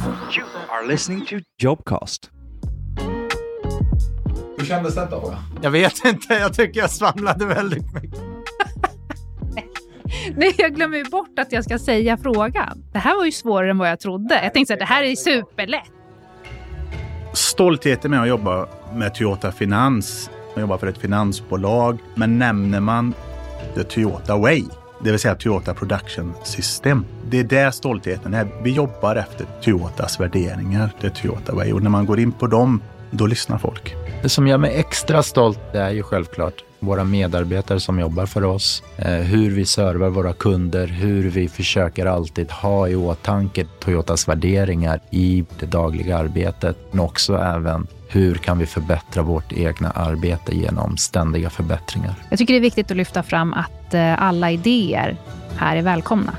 You are listening to Jobcast. Hur kändes detta då? Jag vet inte, jag tycker jag svamlade väldigt mycket. Nej, jag glömmer ju bort att jag ska säga frågan. Det här var ju svårare än vad jag trodde. Jag tänkte att det här är superlätt. Stoltheten med att jobba med Toyota Finans. Man jobbar för ett finansbolag. Men nämner man The Toyota Way, det vill säga Toyota Production System. Det är där stoltheten är. Vi jobbar efter Toyotas värderingar, The Toyota Way. Och när man går in på dem, då lyssnar folk. Det som gör mig extra stolt är ju självklart våra medarbetare som jobbar för oss. Hur vi servar våra kunder, hur vi försöker alltid ha i åtanke Toyotas värderingar i det dagliga arbetet. Men också även hur kan vi förbättra vårt egna arbete genom ständiga förbättringar. Jag tycker det är viktigt att lyfta fram att alla idéer här är välkomna.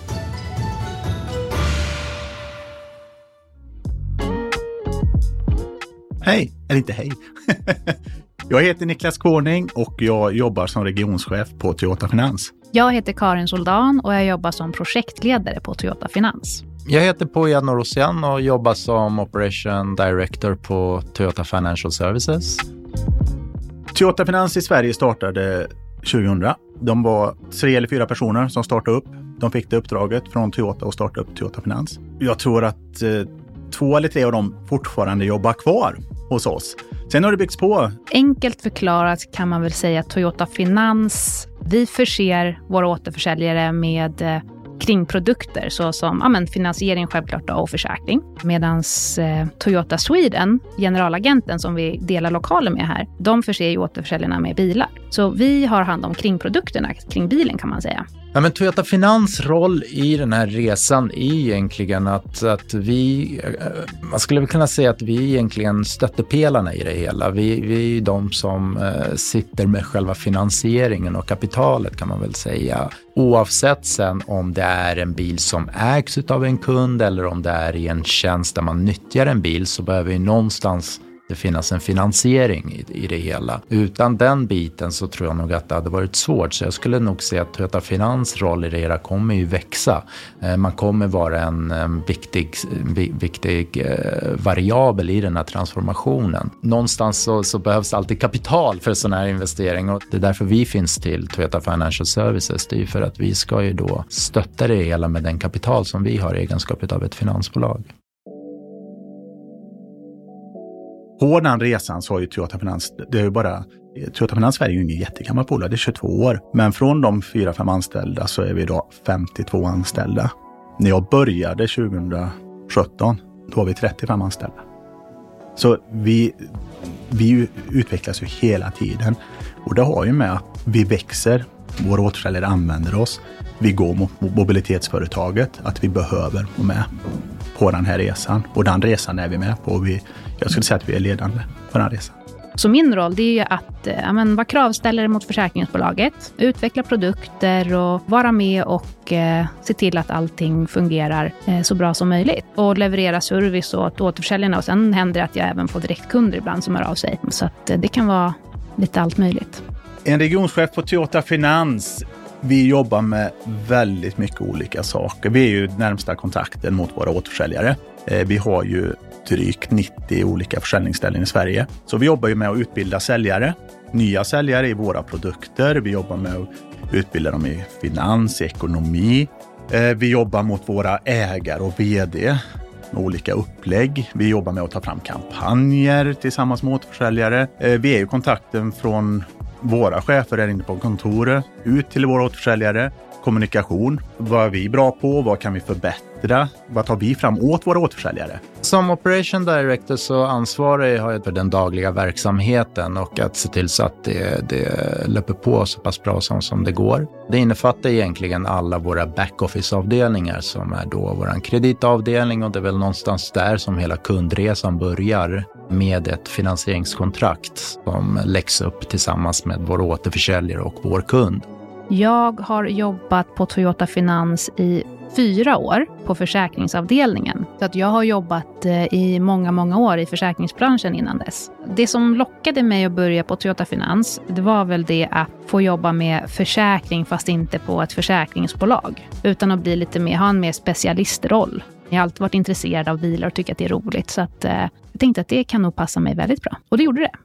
Hej, eller inte hej. Jag heter Niklas Kåning och jag jobbar som regionschef på Toyota Finans. Jag heter Karin Soldan och jag jobbar som projektledare på Toyota Finans. Jag heter Poya Norosian och jobbar som Operation Director på Toyota Financial Services. Toyota Finans i Sverige startade 2000. De var 3 eller 4 personer som startade upp. De fick det uppdraget från Toyota att starta upp Toyota Finans. Jag tror att 2 eller 3 av dem fortfarande jobbar kvar hos oss. Sen har det byggts på. Enkelt förklarat kan man väl säga att Toyota Finans, vi förser våra återförsäljare med kringprodukter såsom finansiering självklart då, och försäkring. Medan Toyota Sweden, generalagenten som vi delar lokaler med här, de förser ju återförsäljarna med bilar. Så vi har hand om kringprodukterna kring bilen kan man säga. Ja, men Toyota Finans roll i den här resan är egentligen att vi, man skulle väl kunna säga att vi är egentligen stöttepelarna i det hela. Vi är de som sitter med själva finansieringen och kapitalet kan man väl säga. Oavsett sen om det är en bil som ägs av en kund eller om det är i en tjänst där man nyttjar en bil så behöver ju någonstans det finnas en finansiering i det hela. Utan den biten så tror jag nog att det hade varit svårt. Så jag skulle nog säga att Toyota Finans roll i det hela kommer ju växa. Man kommer vara en viktig variabel i den här transformationen. Någonstans så behövs alltid kapital för sån här investering. Och det är därför vi finns till Toyota Financial Services. Det är ju för att vi ska ju då stötta det hela med den kapital som vi har i egenskapet av ett finansbolag. På den resan så har ju Toyota Finans, det är ju bara, Toyota Finans Sverige är ju ingen jättegammal bolag, det är 22 år. Men från de 4-5 anställda så är vi idag 52 anställda. När jag började 2017, då var vi 35 anställda. Så vi utvecklas ju hela tiden. Och det har ju med att vi växer, våra återförsäljare använder oss. Vi går mot mobilitetsföretaget, att vi behöver vara med på den här resan. Och den resan är vi med på. Jag skulle säga att vi är ledande på den resan. Så min roll det är ju att vara kravställare mot försäkringsbolaget, utveckla produkter och vara med och se till att allting fungerar så bra som möjligt. Och leverera service åt återförsäljarna och sen händer det att jag även får direktkunder ibland som hör av sig. Så att det kan vara lite allt möjligt. En regionschef på Toyota Finans, vi jobbar med väldigt mycket olika saker. Vi är ju närmsta kontakten mot våra återförsäljare. Vi har ju drygt 90 olika försäljningsställen i Sverige. Så vi jobbar ju med att utbilda säljare, nya säljare i våra produkter. Vi jobbar med att utbilda dem i finans, ekonomi. Vi jobbar mot våra ägare och vd med olika upplägg. Vi jobbar med att ta fram kampanjer tillsammans med återförsäljare. Vi är ju kontakten från våra chefer är inne på kontoret ut till våra återförsäljare. Kommunikation, vad är vi bra på, vad kan vi förbättra, vad tar vi fram åt våra återförsäljare? Som Operation Director så ansvarar jag för den dagliga verksamheten och att se till så att det löper på så pass bra som det går. Det innefattar egentligen alla våra backoffice-avdelningar som är då vår kreditavdelning och det är väl någonstans där som hela kundresan börjar med ett finansieringskontrakt som läggs upp tillsammans med vår återförsäljare och vår kund. Jag har jobbat på Toyota Finans i 4 år på försäkringsavdelningen. Så att jag har jobbat i många år i försäkringsbranschen innan dess. Det som lockade mig att börja på Toyota Finans, det var väl det att få jobba med försäkring fast inte på ett försäkringsbolag. Utan att bli lite mer, ha en mer specialistroll. Jag har alltid varit intresserad av bilar och tycker att det är roligt. Så att, jag tänkte att det kan nog passa mig väldigt bra. Och det gjorde det.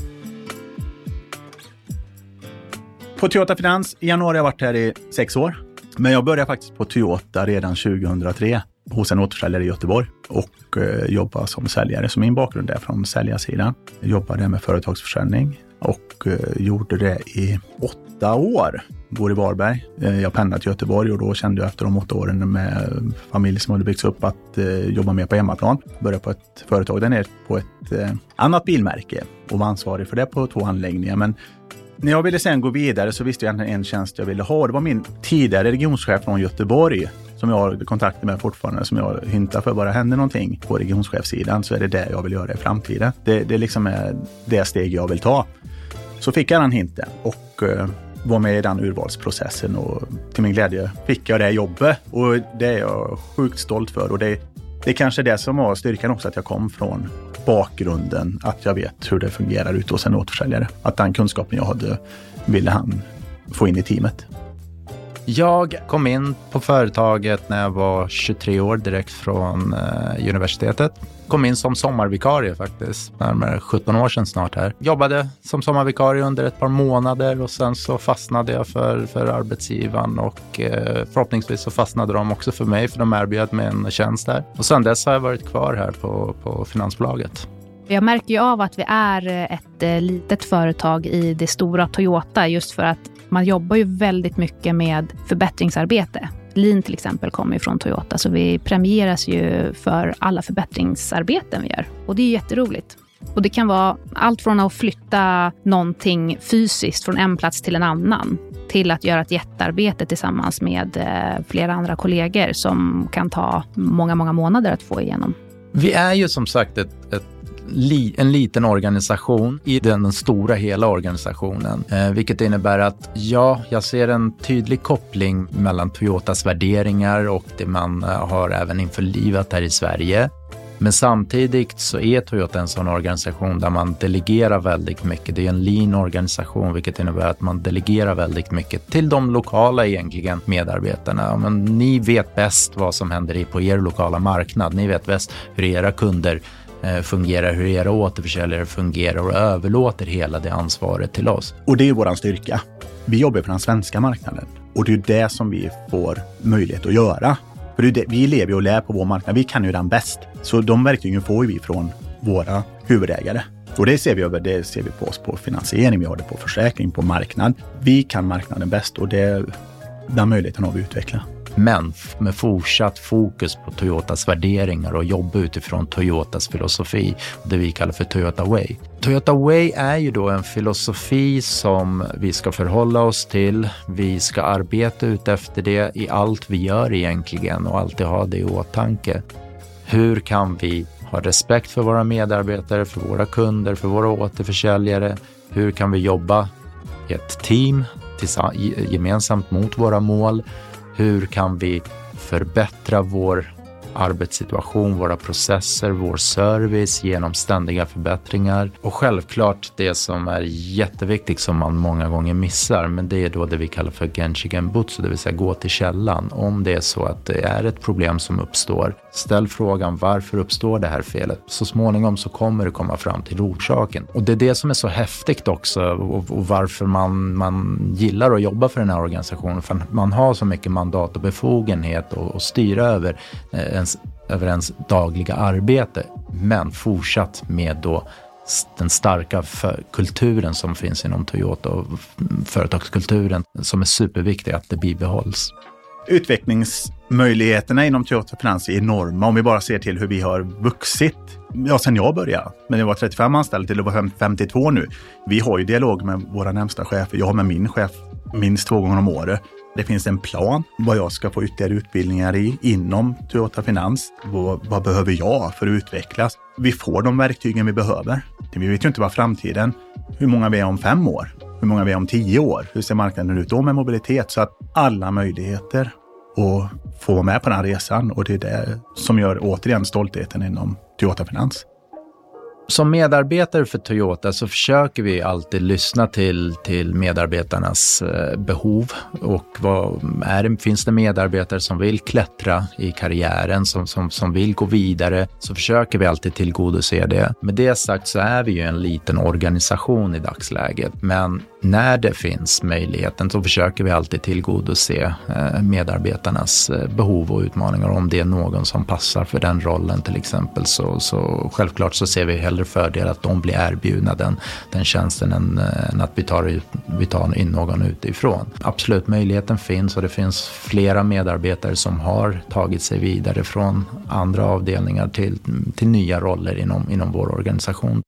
På Toyota Finans i januari har jag varit här i 6 år. Men jag började faktiskt på Toyota redan 2003 hos en återförsäljare i Göteborg och jobbade som säljare. Så min bakgrund är från säljarsidan. Jag jobbade med företagsförsäljning och gjorde det i 8 år. Bor i Varberg. Jag pendlade till Göteborg och då kände jag efter de 8 åren med familj som hade byggts upp att jobba mer på hemmaplan. Började på ett företag där nere på ett annat bilmärke och var ansvarig för det på 2 anläggningar. Men när jag ville sen gå vidare så visste jag en tjänst jag ville ha. Det var min tidigare regionschef från Göteborg som jag har kontakt med fortfarande, som jag hintar för bara händer någonting på regionschefssidan så är det jag vill göra i framtiden. Det liksom är det steg jag vill ta. Så fick jag den hinten och var med i den urvalsprocessen och till min glädje fick jag det jobbet och det är jag sjukt stolt för och det är kanske det som var styrkan också att jag kom från bakgrunden, att jag vet hur det fungerar ute hos en återförsäljare. Att den kunskapen jag hade ville han få in i teamet. Jag kom in på företaget när jag var 23 år direkt från universitetet. Kom in som sommarvikarie faktiskt, närmare 17 år sedan snart här. Jobbade som sommarvikarie under ett par månader och sen så fastnade jag för arbetsgivaren och förhoppningsvis så fastnade de också för mig för de erbjöd mig en tjänst där. Och sen dess har jag varit kvar här på finansbolaget. Jag märker ju av att vi är ett litet företag i det stora Toyota just för att man jobbar ju väldigt mycket med förbättringsarbete. Lean till exempel kommer ju från Toyota så vi premieras ju för alla förbättringsarbeten vi gör. Och det är jätteroligt. Och det kan vara allt från att flytta någonting fysiskt från en plats till en annan till att göra ett jättearbete tillsammans med flera andra kollegor som kan ta många månader att få igenom. Vi är ju som sagt en liten organisation i den stora hela organisationen. Vilket innebär att jag ser en tydlig koppling mellan Toyotas värderingar och det man har även införlivat här i Sverige. Men samtidigt så är Toyota en sån organisation där man delegerar väldigt mycket. Det är en lean organisation vilket innebär att man delegerar väldigt mycket till de lokala egentligen medarbetarna. Men ni vet bäst vad som händer på er lokala marknad. Ni vet bäst hur era kunder fungerar, hur era återförsäljare fungerar och överlåter hela det ansvaret till oss. Och det är våran styrka. Vi jobbar på den svenska marknaden och det är det som vi får möjlighet att göra. För det är det, vi lever och lär på vår marknad, vi kan ju den bäst. Så de verktygen får vi från våra huvudägare. Och det ser vi på oss på finansiering, vi har det på försäkring, på marknad. Vi kan marknaden bäst och den möjligheten har vi utvecklat. Men med fortsatt fokus på Toyotas värderingar och jobba utifrån Toyotas filosofi, det vi kallar för Toyota Way. Toyota Way är ju då en filosofi som vi ska förhålla oss till. Vi ska arbeta ut efter det i allt vi gör egentligen och alltid ha det i åtanke. Hur kan vi ha respekt för våra medarbetare, för våra kunder, för våra återförsäljare? Hur kan vi jobba i ett team gemensamt mot våra mål? Hur kan vi förbättra vår arbetssituation, våra processer, vår service genom ständiga förbättringar? Och självklart det som är jätteviktigt som man många gånger missar, men det är då det vi kallar för Genshi Genbutsu, det vill säga gå till källan. Om det är så att det är ett problem som uppstår, ställ frågan varför uppstår det här felet? Så småningom så kommer det komma fram till orsaken. Och det är det som är så häftigt också och varför man gillar att jobba för den här organisationen. För man har så mycket mandat och befogenhet och styra över ens dagliga arbete. Men fortsatt med då den starka kulturen som finns inom Toyota och företagskulturen som är superviktig att det bibehålls. Utvecklingsmöjligheterna inom Toyota Finans är enorma om vi bara ser till hur vi har vuxit. Ja, sen jag började. Men jag var 35 anställda till att vara 52 nu. Vi har ju dialog med våra närmsta chefer. Jag har med min chef minst 2 gånger om året. Det finns en plan vad jag ska få ytterligare utbildningar inom Toyota Finans. Vad behöver jag för att utvecklas? Vi får de verktygen vi behöver. Vi vet ju inte vad framtiden, hur många vi är om 5 år, hur många vi är om 10 år. Hur ser marknaden ut då med mobilitet? Så att alla möjligheter att få vara med på den här resan. Och det är det som gör återigen stoltheten inom Toyota Finans. Som medarbetare för Toyota så försöker vi alltid lyssna till medarbetarnas behov och finns det medarbetare som vill klättra i karriären, som vill gå vidare, så försöker vi alltid tillgodose det. Med det sagt så är vi ju en liten organisation i dagsläget, men när det finns möjligheten så försöker vi alltid tillgodose medarbetarnas behov och utmaningar. Om det är någon som passar för den rollen till exempel, så självklart så ser vi hellre fördel att de blir erbjudna den tjänsten än att vi tar in någon utifrån. Absolut, möjligheten finns och det finns flera medarbetare som har tagit sig vidare från andra avdelningar till nya roller inom vår organisation.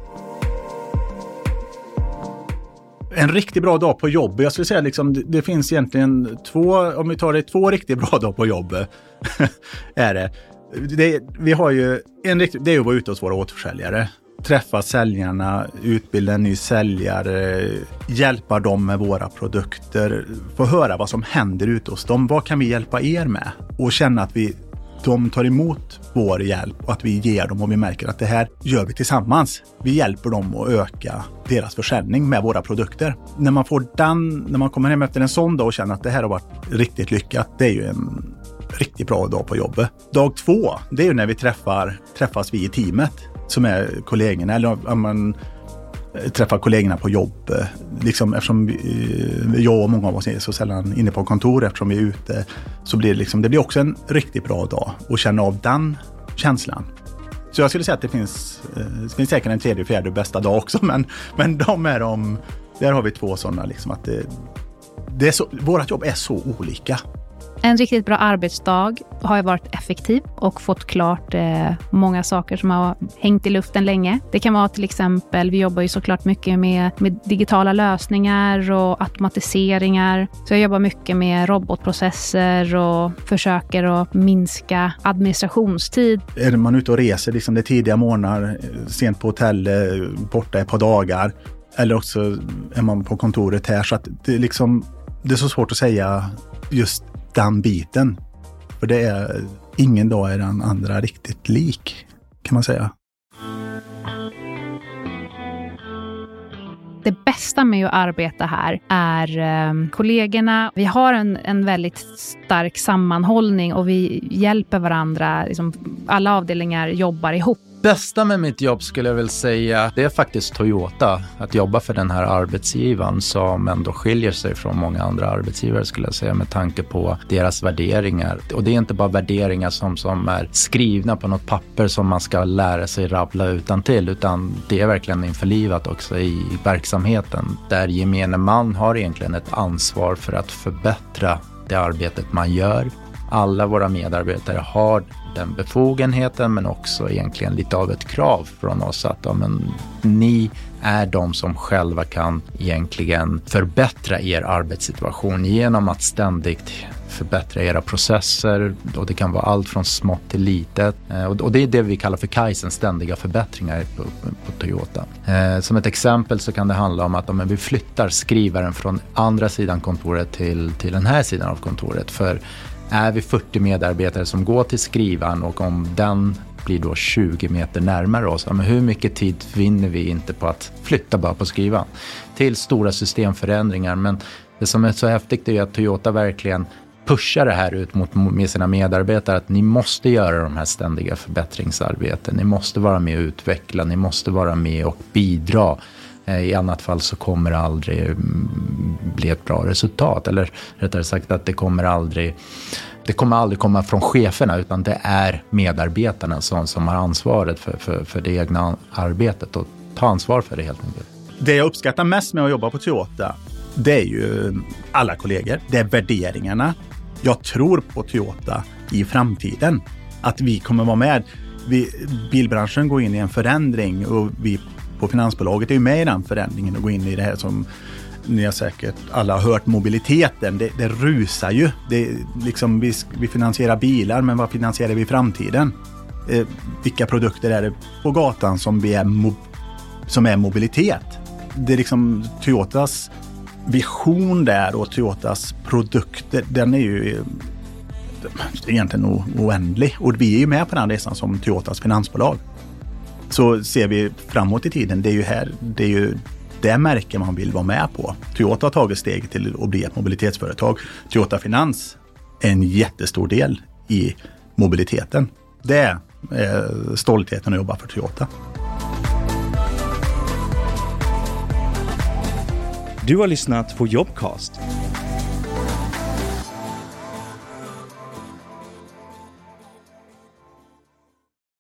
En riktigt bra dag på jobb. Jag skulle säga liksom, det finns egentligen två riktigt bra dagar på jobb är det. Vi har ju det är ju att vara ute hos våra återförsäljare. Träffa säljarna, utbilda en ny säljare, hjälpa dem med våra produkter, få höra vad som händer ute hos dem. Vad kan vi hjälpa er med? Och känna att de tar emot vår hjälp och att vi ger dem och vi märker att det här gör vi tillsammans. Vi hjälper dem att öka deras försäljning med våra produkter. När man kommer hem efter en sån dag och känner att det här har varit riktigt lyckat, det är ju en riktigt bra dag på jobbet. Dag 2, det är ju när vi träffas vi i teamet som är kollegorna, eller man träffar kollegorna på jobb. Liksom, eftersom jag och många av oss är så sällan inne på kontor, eftersom vi är ute, så blir det blir också en riktigt bra dag att känna av den känslan. Så jag skulle säga att det finns säkert en tredje och fjärde bästa dag också, men där har vi 2 sådana liksom, att det är så, vårat jobb är så olika. En riktigt bra arbetsdag har ju varit effektiv och fått klart många saker som har hängt i luften länge. Det kan vara till exempel, vi jobbar ju såklart mycket med digitala lösningar och automatiseringar. Så jag jobbar mycket med robotprocesser och försöker att minska administrationstid. Är man ute och reser, liksom det är tidiga morgnar, sent på hotell, borta ett par dagar. Eller också är man på kontoret här, så att det är så svårt att säga just den biten. För det är ingen dag är den andra riktigt lik, kan man säga. Det bästa med att arbeta här är kollegorna. Vi har en väldigt stark sammanhållning och vi hjälper varandra. Liksom, alla avdelningar jobbar ihop. Bästa med mitt jobb skulle jag väl säga, det är faktiskt Toyota. Att jobba för den här arbetsgivaren som ändå skiljer sig från många andra arbetsgivare, skulle jag säga, med tanke på deras värderingar. Och det är inte bara värderingar som är skrivna på något papper som man ska lära sig rabbla utantill, utan det är verkligen införlivat också i verksamheten. Där gemene man har egentligen ett ansvar för att förbättra det arbetet man gör. Alla våra medarbetare har den befogenheten, men också egentligen lite av ett krav från oss att ni är de som själva kan egentligen förbättra er arbetssituation genom att ständigt förbättra era processer, och det kan vara allt från smått till litet, och det är det vi kallar för Kaizen, ständiga förbättringar på Toyota. Som ett exempel så kan det handla om att om vi flyttar skrivaren från andra sidan kontoret till den här sidan av kontoret, för är vi 40 medarbetare som går till skrivaren och om den blir då 20 meter närmare oss, men hur mycket tid vinner vi inte på att flytta bara på skrivaren till stora systemförändringar. Men det som är så häftigt är ju att Toyota verkligen pushar det här ut med sina medarbetare, att ni måste göra de här ständiga förbättringsarbeten, ni måste vara med och utveckla, ni måste vara med och bidra. I annat fall så kommer det aldrig bli ett bra resultat, eller rättare sagt att det kommer aldrig komma från cheferna, utan det är medarbetarna som har ansvaret för det egna arbetet och ta ansvar för det helt enkelt. Det jag uppskattar mest med att jobba på Toyota, det är ju alla kollegor, det är värderingarna. Jag tror på Toyota i framtiden, att vi kommer vara med. Bilbranschen går in i en förändring och vi på finansbolaget är ju med i den förändringen och går in i det här som ni har säkert alla har hört, mobiliteten. Det rusar ju. Det liksom, vi finansierar bilar, men vad finansierar vi i framtiden? Vilka produkter är det på gatan som är mobilitet? Det är liksom Toyotas vision där och Toyotas produkter, den är ju egentligen oändlig. Och vi är ju med på den resan som Toyotas finansbolag. Så ser vi framåt i tiden, det är ju det märke man vill vara med på. Toyota har tagit steg till att bli ett mobilitetsföretag. Toyota Finans är en jättestor del i mobiliteten. Det är stoltheten att jobba för Toyota. Du har lyssnat på Jobcast.